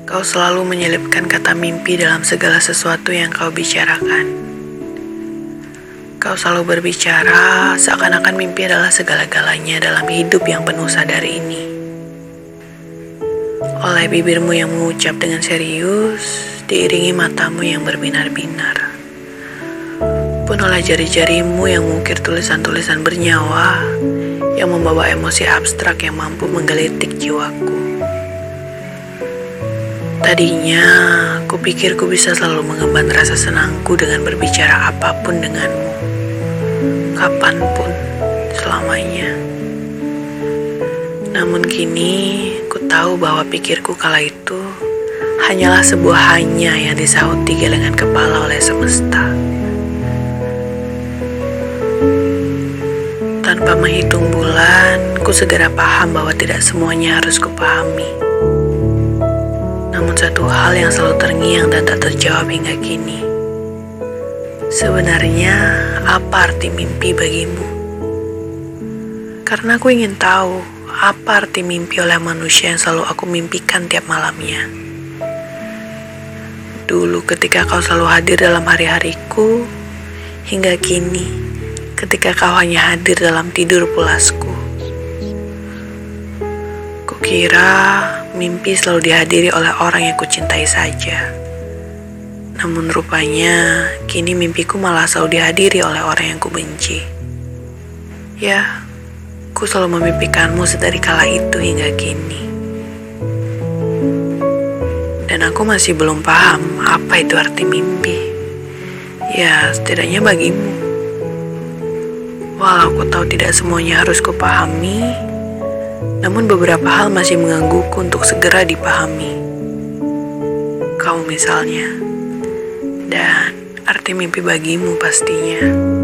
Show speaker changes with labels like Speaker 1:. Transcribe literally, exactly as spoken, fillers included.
Speaker 1: Kau selalu menyelipkan kata mimpi dalam segala sesuatu yang kau bicarakan. Kau selalu berbicara seakan-akan mimpi adalah segala-galanya dalam hidup yang penuh sadar ini. Oleh bibirmu yang mengucap dengan serius, diiringi matamu yang berbinar-binar. Pun oleh jari-jarimu yang mengukir tulisan-tulisan bernyawa yang membawa emosi abstrak yang mampu menggelitik jiwaku. Tadinya, kupikir ku bisa selalu mengemban rasa senangku dengan berbicara apapun denganmu. Kapanpun, selamanya. Namun kini, ku tahu bahwa pikirku kala itu hanyalah sebuah hanya yang disauti gelengan kepala oleh semesta. Tanpa menghitung bulan, ku segera paham bahwa tidak semuanya harus kupahami. Namun satu hal yang selalu terngiang dan tak terjawab hingga kini. Sebenarnya, apa arti mimpi bagimu? Karena aku ingin tahu, apa arti mimpi oleh manusia yang selalu aku mimpikan tiap malamnya. Dulu ketika kau selalu hadir dalam hari-hariku, hingga kini ketika kau hanya hadir dalam tidur pulasku. Kukira mimpi selalu dihadiri oleh orang yang kucintai saja. Namun rupanya kini mimpiku malah selalu dihadiri oleh orang yang kubenci. Ya, ku selalu memimpikanmu sedari kala itu hingga kini. Dan aku masih belum paham apa itu arti mimpi. Ya, setidaknya bagimu. Walau aku tahu tidak semuanya harus kupahami, namun beberapa hal masih menggangguku untuk segera dipahami. Kau misalnya, dan arti mimpi bagimu pastinya.